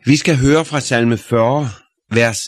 Vi skal høre fra salme 40, vers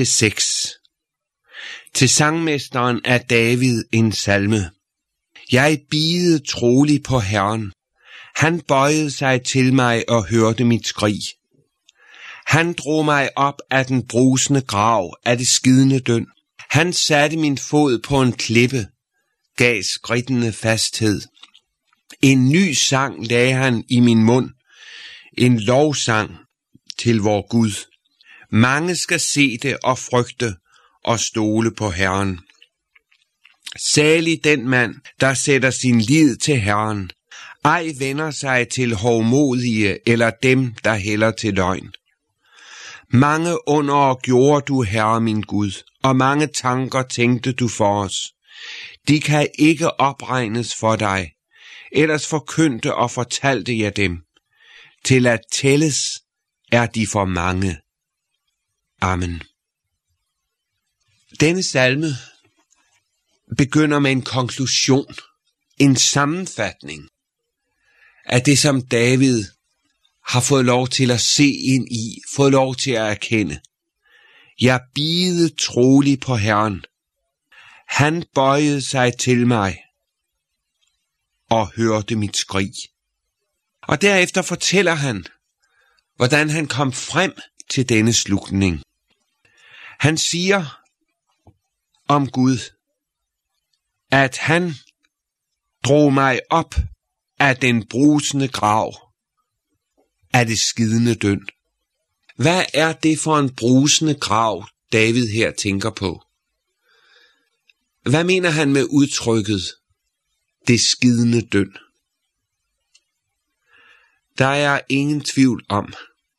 1-6. Til sangmesteren er David en salme. Jeg biede troligt på Herren. Han bøjede sig til mig og hørte mit skrig. Han drog mig op af den brusende grav, af det skidende døn. Han satte min fod på en klippe, gav skridtene fasthed. En ny sang lagde han i min mund, en lovsang til vor Gud. Mange skal se det og frygte og stole på Herren. Salig den mand, der sætter sin lid til Herren, ej vender sig til hovmodige eller dem, der hælder til løgn. Mange under gjorde du, Herre min Gud, og mange tanker tænkte du for os. De kan ikke opregnes for dig, ellers forkyndte og fortalte jeg dem. Til at tælles er de for mange. Amen. Denne salme begynder med en konklusion, en sammenfatning af det, som David har fået lov til at se ind i, fået lov til at erkende. Jeg biede troligt på Herren. Han bøjede sig til mig og hørte mit skrig. Og derefter fortæller han, hvordan han kom frem til denne slutning. Han siger om Gud, at han drog mig op af den brusende grav, af det skidende døn. Hvad er det for en brusende grav, David her tænker på? Hvad mener han med udtrykket, det skidende døn? Der er ingen tvivl om,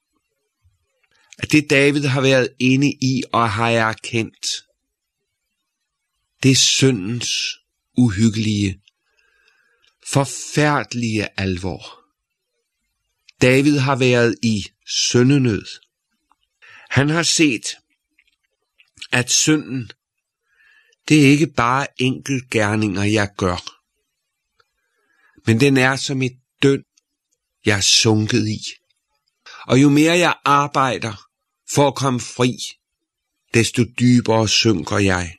at det David har været inde i og har erkendt, det er syndens uhyggelige, forfærdelige alvor. David har været i syndenød. Han har set, at synden, det er ikke bare enkeltgerninger, jeg gør, men den er som et døn, jeg er sunket i. Og jo mere jeg arbejder for at komme fri, desto dybere synker jeg.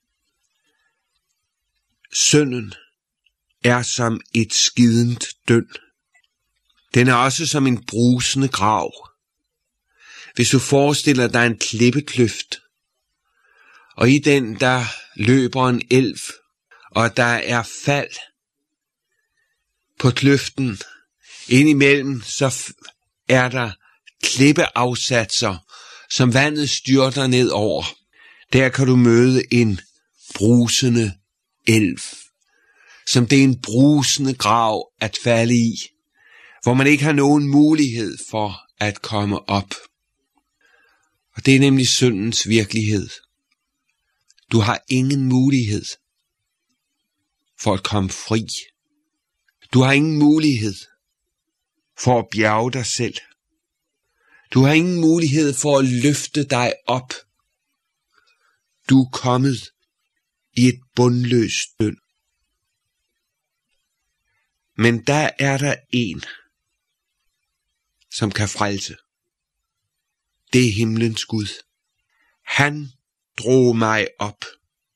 Synden er som et skident døn. Den er også som en brusende grav. Hvis du forestiller dig en klippekløft, og i den der løber en elv, og der er fald på kløften, indimellem så er der klippeafsatser, som vandet styrter ned over. Der kan du møde en brusende elv, som det er en brusende grav at falde i, hvor man ikke har nogen mulighed for at komme op. Og det er nemlig syndens virkelighed. Du har ingen mulighed for at komme fri. Du har ingen mulighed for at bjerge dig selv. Du har ingen mulighed for at løfte dig op. Du er kommet i et bundløst døn. Men der er der en, som kan frelse. Det er himlens Gud. Han drog mig op.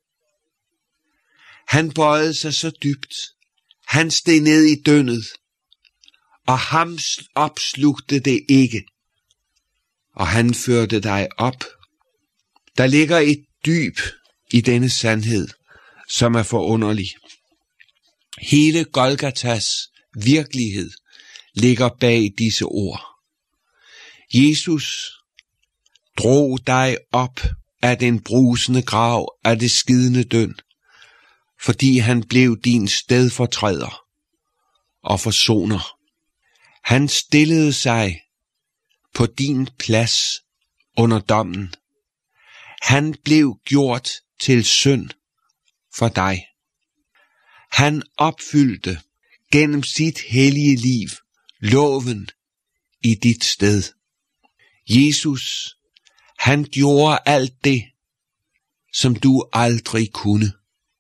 Han bøjede sig så dybt. Han steg ned i dønnet, og ham opslugte det ikke. Og han førte dig op. Der ligger et dyb i denne sandhed, som er forunderlig. Hele Golgatas virkelighed ligger bag disse ord. Jesus drog dig op af den brusende grav af det skidende døn, fordi han blev din stedfortræder og forsoner. Han stillede sig på din plads under dommen. Han blev gjort til synd for dig. Han opfyldte gennem sit hellige liv loven i dit sted. Jesus, han gjorde alt det, som du aldrig kunne.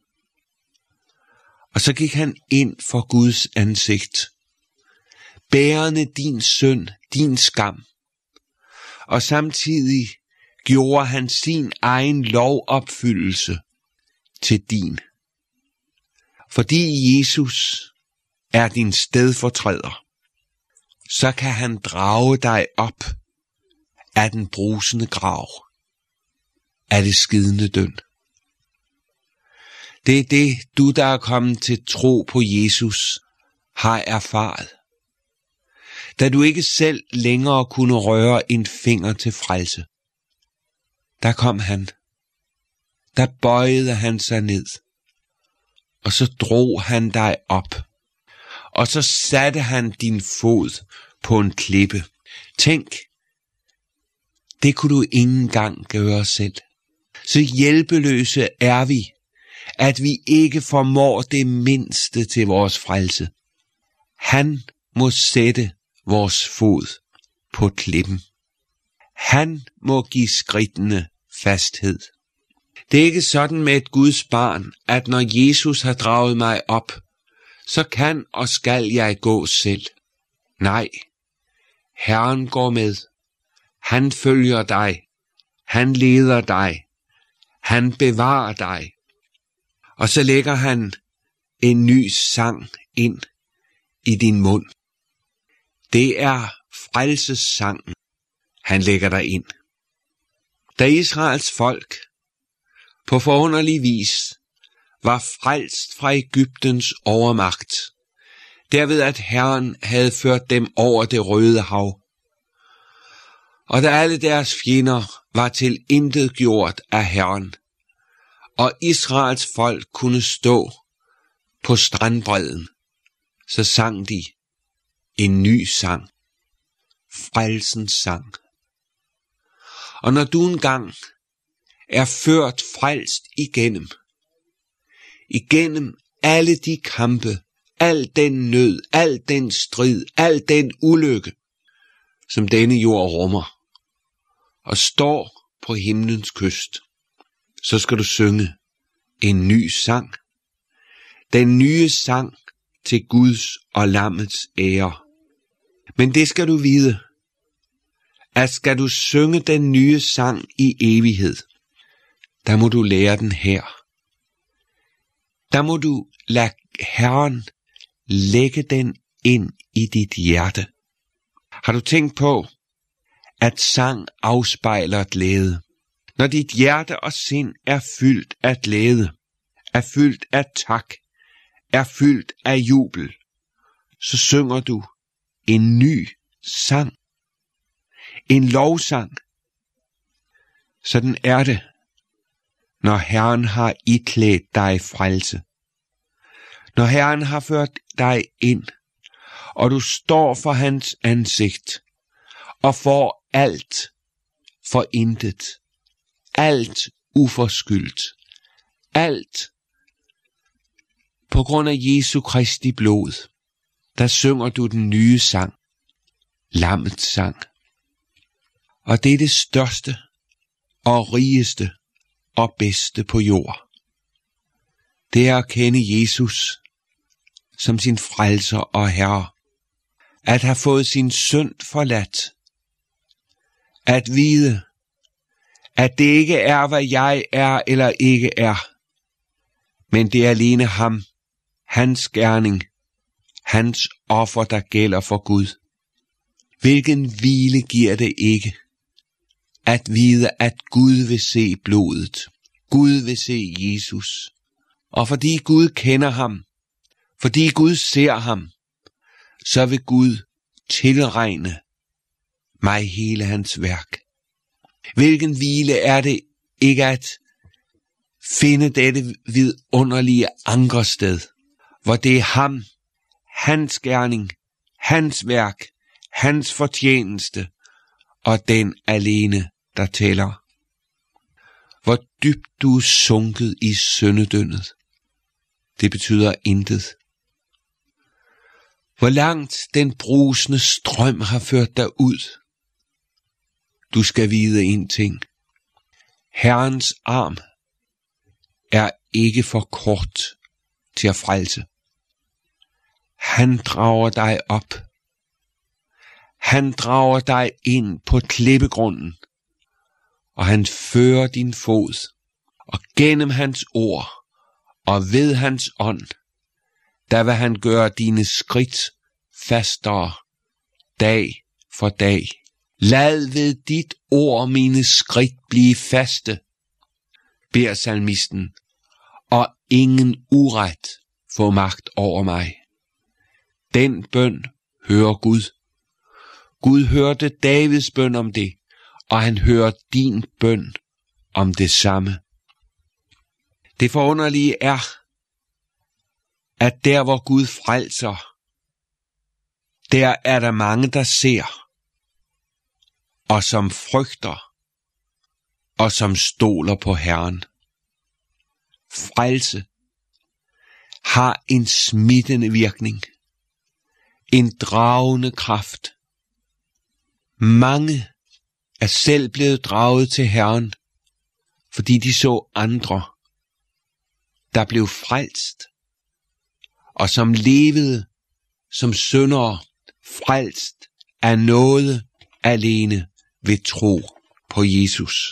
Og så gik han ind for Guds ansigt, bærende din synd, din skam, og samtidig gjorde han sin egen lovopfyldelse til din. Fordi Jesus er din stedfortræder, så kan han drage dig op af den brusende grav, af det skidende døn. Det er det, du der er kommet til tro på Jesus, har erfaret. Da du ikke selv længere kunne røre en finger til frelse, der kom han. Der bøjede han sig ned, og så drog han dig op, og så satte han din fod på en klippe. Tænk, det kunne du ikke engang gøre selv. Så hjælpeløse er vi, at vi ikke formår det mindste til vores frelse. Han må sætte vores fod på klippen. Han må give skridtene fasthed. Det er ikke sådan med et Guds barn, at når Jesus har draget mig op, så kan og skal jeg gå selv. Nej, Herren går med. Han følger dig. Han leder dig. Han bevarer dig. Og så lægger han en ny sang ind i din mund. Det er frelsessangen, han lægger dig ind. Da Israels folk på forunderlig vis var frelst fra Egyptens overmagt, derved at Herren havde ført dem over det Røde Hav, og da alle deres fjender var tilintetgjort af Herren, og Israels folk kunne stå på strandbredden, så sang de en ny sang, frelsens sang. Og når du engang er ført frelst igennem alle de kampe, al den nød, al den strid, al den ulykke, som denne jord rummer, og står på himlens kyst, så skal du synge en ny sang. Den nye sang til Guds og Lammets ære. Men det skal du vide, at skal du synge den nye sang i evighed, der må du lære den her. Der må du lade Herren lægge den ind i dit hjerte. Har du tænkt på, at sang afspejler glæde? Når dit hjerte og sind er fyldt af glæde, er fyldt af tak, er fyldt af jubel, så synger du en ny sang. En lovsang. Sådan er det, når Herren har iklædt dig frelse. Når Herren har ført dig ind, og du står for hans ansigt, og får alt for intet, alt uforskyldt, alt på grund af Jesu Kristi blod, der synger du den nye sang, Lammets sang. Og det er det største og rigeste og bedste på jord. Det er at kende Jesus som sin frelser og herre. At have fået sin synd forladt. At vide, at det ikke er, hvad jeg er eller ikke er, men det er alene ham, hans gerning, hans offer, der gælder for Gud. Hvilken hvile giver det ikke, at vide, at Gud vil se blodet. Gud vil se Jesus. Og fordi Gud kender ham, fordi Gud ser ham, så vil Gud tilregne mig hele hans værk. Hvilken hvile er det ikke at finde dette vidunderlige ankersted, hvor det er ham, hans gerning, hans værk, hans fortjeneste og den alene, der tæller. Hvor dybt du er sunket i syndedyndet, det betyder intet. Hvor langt den brusende strøm har ført dig ud. Du skal vide en ting. Herrens arm er ikke for kort til at frelse. Han drager dig op. Han drager dig ind på klippegrunden, og han fører din fod, og gennem hans ord og ved hans ånd, der vil han gøre dine skridt fastere dag for dag. Lad ved dit ord mine skridt blive faste, beder salmisten, og ingen uret få magt over mig. Den bøn hører Gud. Gud hørte Davids bøn om det, og han hører din bøn om det samme. Det forunderlige er, at der hvor Gud frelser, der er der mange, der ser, og som frygter, og som stoler på Herren. Frelse har en smittende virkning, en dragende kraft. Mange er selv blevet draget til Herren, fordi de så andre, der blev frelst, og som levede som syndere, frelst af nåde alene ved tro på Jesus.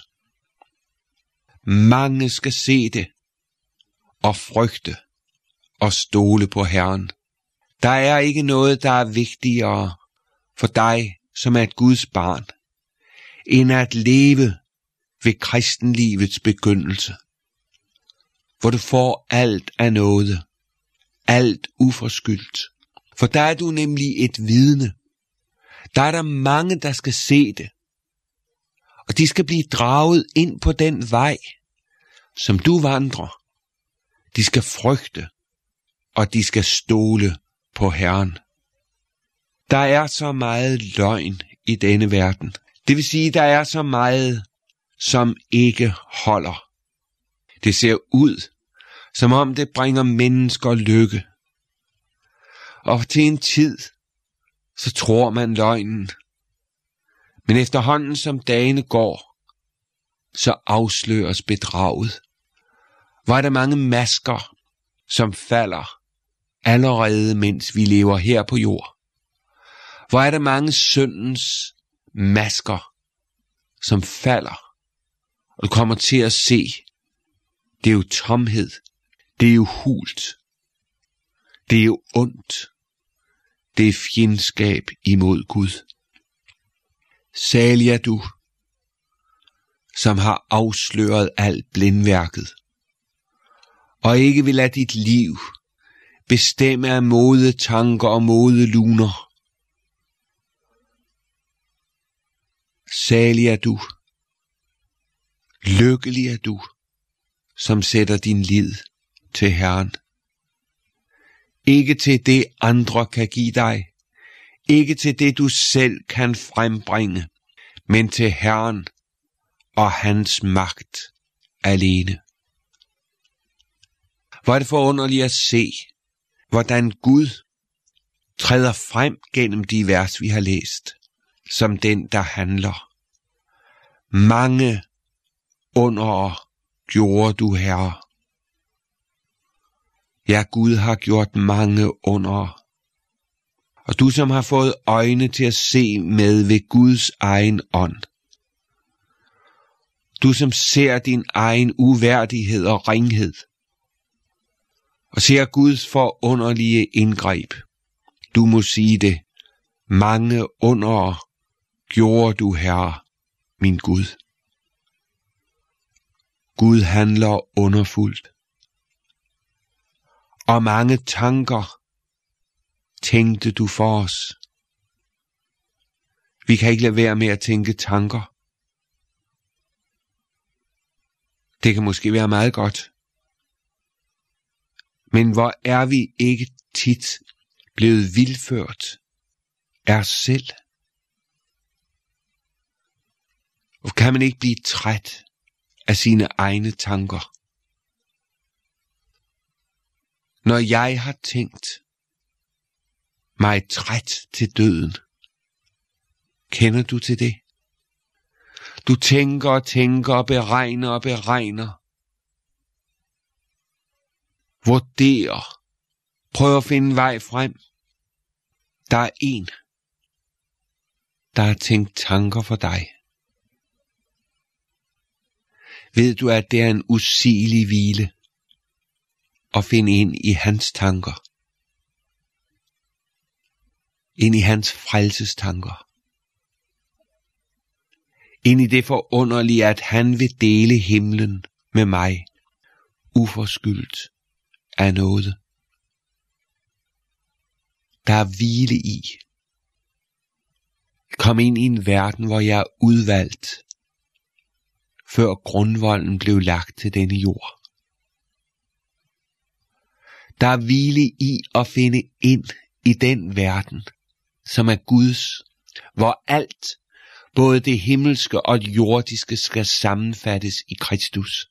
Mange skal se det og frygte og stole på Herren. Der er ikke noget, der er vigtigere for dig, som er et Guds barn, end at leve ved kristenlivets begyndelse, hvor du får alt af noget, alt uforskyldt. For der er du nemlig et vidne. Der er der mange, der skal se det, og de skal blive draget ind på den vej, som du vandrer. De skal frygte, og de skal stole på Herren. Der er så meget løgn i denne verden. Det vil sige, der er så meget, som ikke holder. Det ser ud, som om det bringer mennesker lykke. Og til en tid, så tror man løgnen. Men efterhånden som dagene går, så afsløres bedraget. Hvor er der mange masker, som falder allerede mens vi lever her på jord. Hvor er der mange syndens masker, som falder. Og du kommer til at se, det er jo tomhed, det er jo hult, det er jo ondt, det er fjendskab imod Gud. Salig er du, som har afsløret alt blindværket, og ikke vil lade dit liv bestemme af modetanker og modeluner. Salig er du, lykkelig er du, som sætter din lid til Herren. Ikke til det andre kan give dig, ikke til det du selv kan frembringe, men til Herren og hans magt alene. Hvor er det forunderligt at se, hvordan Gud træder frem gennem de vers, vi har læst, som den, der handler. Mange under gjorde du, Herre. Ja, Gud har gjort mange under. Og du, som har fået øjne til at se med ved Guds egen ånd. Du, som ser din egen uværdighed og ringhed. Og ser Guds forunderlige indgreb. Du må sige det. Mange under gjorde du, Herre, min Gud. Gud handler underfuldt. Og mange tanker tænkte du for os. Vi kan ikke lade være med at tænke tanker. Det kan måske være meget godt. Men hvor er vi ikke tit blevet vildført af os selv? Og kan man ikke blive træt af sine egne tanker? Når jeg har tænkt mig træt til døden, kender du til det? Du tænker og tænker og beregner. Vurderer. Prøv at finde vej frem. Der er en, der har tænkt tanker for dig? Ved du, at det er en usigelig hvile at finde ind i hans tanker? Ind i hans frelsestanker? Ind i det forunderlige, at han vil dele himlen med mig, uforskyldt af noget. Der er hvile i. Kom ind i en verden, hvor jeg er udvalgt, før grundvolden blev lagt til denne jord. Der er hvile i at finde ind i den verden, som er Guds, hvor alt, både det himmelske og det jordiske, skal sammenfattes i Kristus.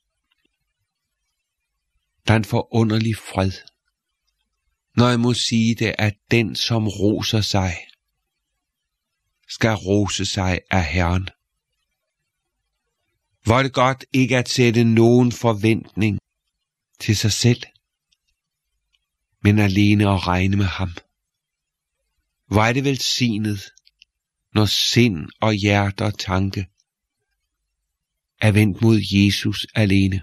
Der er en forunderlig fred, når jeg må sige det, at den, som roser sig, skal rose sig af Herren. Hvor er det godt ikke at sætte nogen forventning til sig selv, men alene at regne med ham. Hvor er det velsignet, når sind og hjerte og tanke er vendt mod Jesus alene.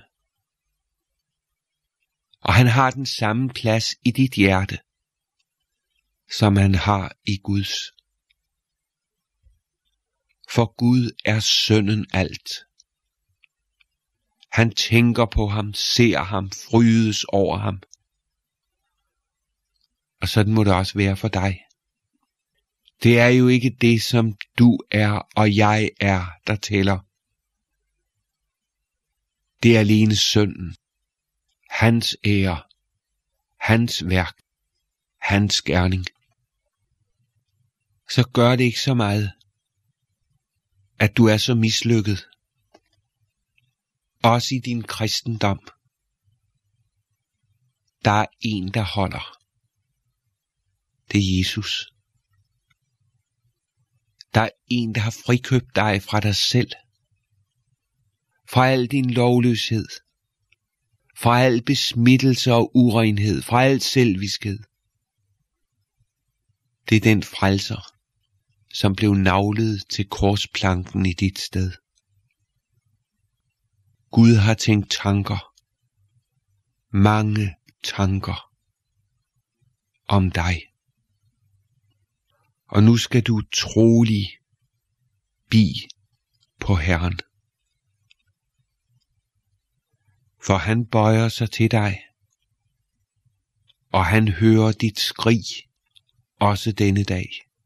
Og han har den samme plads i dit hjerte, som han har i Guds. For Gud er sønnen alt. Han tænker på ham, ser ham, frydes over ham. Og sådan må det også være for dig. Det er jo ikke det, som du er og jeg er, der tæller. Det er alene sønnen, hans ære, hans værk, hans gerning. Så gør det ikke så meget, at du er så mislykket, også i din kristendom. Der er en, der holder. Det er Jesus. Der er en, der har frikøbt dig fra dig selv, fra al din lovløshed, fra al besmittelse og urenhed, fra al selviskhed. Det er den frelser, som blev naglet til korsplanken i dit sted. Gud har tænkt tanker, mange tanker om dig. Og nu skal du trolig bi på Herren. For han bøjer sig til dig, og han hører dit skrig, også denne dag.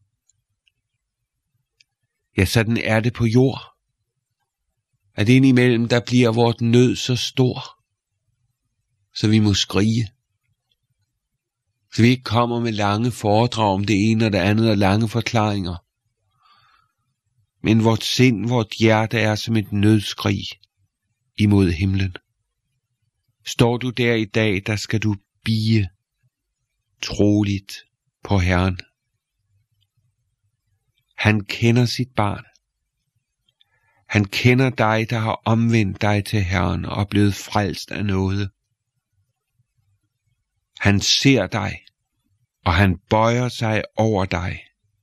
Ja, sådan er det på jord, at indimellem der bliver vort nød så stor, så vi må skrige. Så vi ikke kommer med lange foredrag om det ene og det andet og lange forklaringer. Men vort sind, vort hjerte er som et nødskrig imod himlen. Står du der i dag, der skal du bie troligt på Herren. Han kender sit barn. Han kender dig, der har omvendt dig til Herren og er blevet frelst af noget. Han ser dig, og han bøjer sig over dig.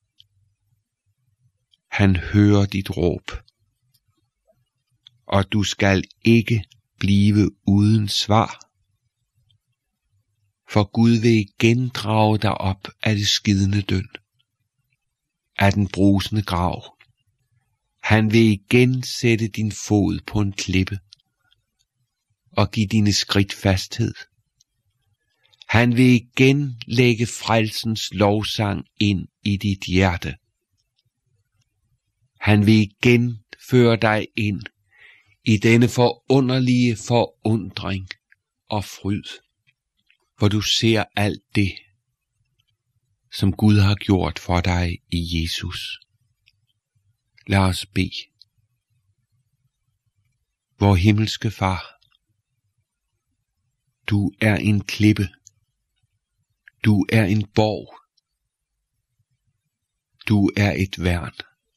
Han hører dit råb, og du skal ikke blive uden svar. For Gud vil igen drage dig op af det skidende døn, af den brusende grav. Han vil igen sætte din fod på en klippe og give dine skridt fasthed. Han vil igen lægge frelsens lovsang ind i dit hjerte. Han vil igen føre dig ind i denne forunderlige forundring og fryd, hvor du ser alt det, som Gud har gjort for dig i Jesus. Lad os bede. Vor himmelske Far, du er en klippe. Du er en borg. Du er et værn.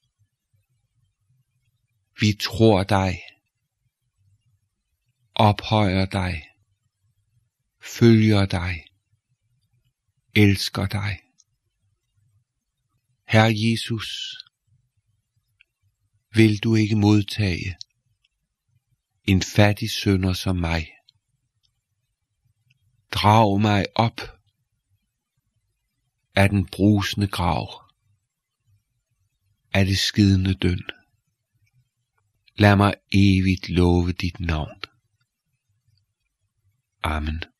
Vi tror dig, ophøjer dig, følger dig, elsker dig. Herre Jesus, vil du ikke modtage en fattig synder som mig. Drag mig op af den brusende grav, af det skidende døn. Lad mig evigt love dit navn. Amen.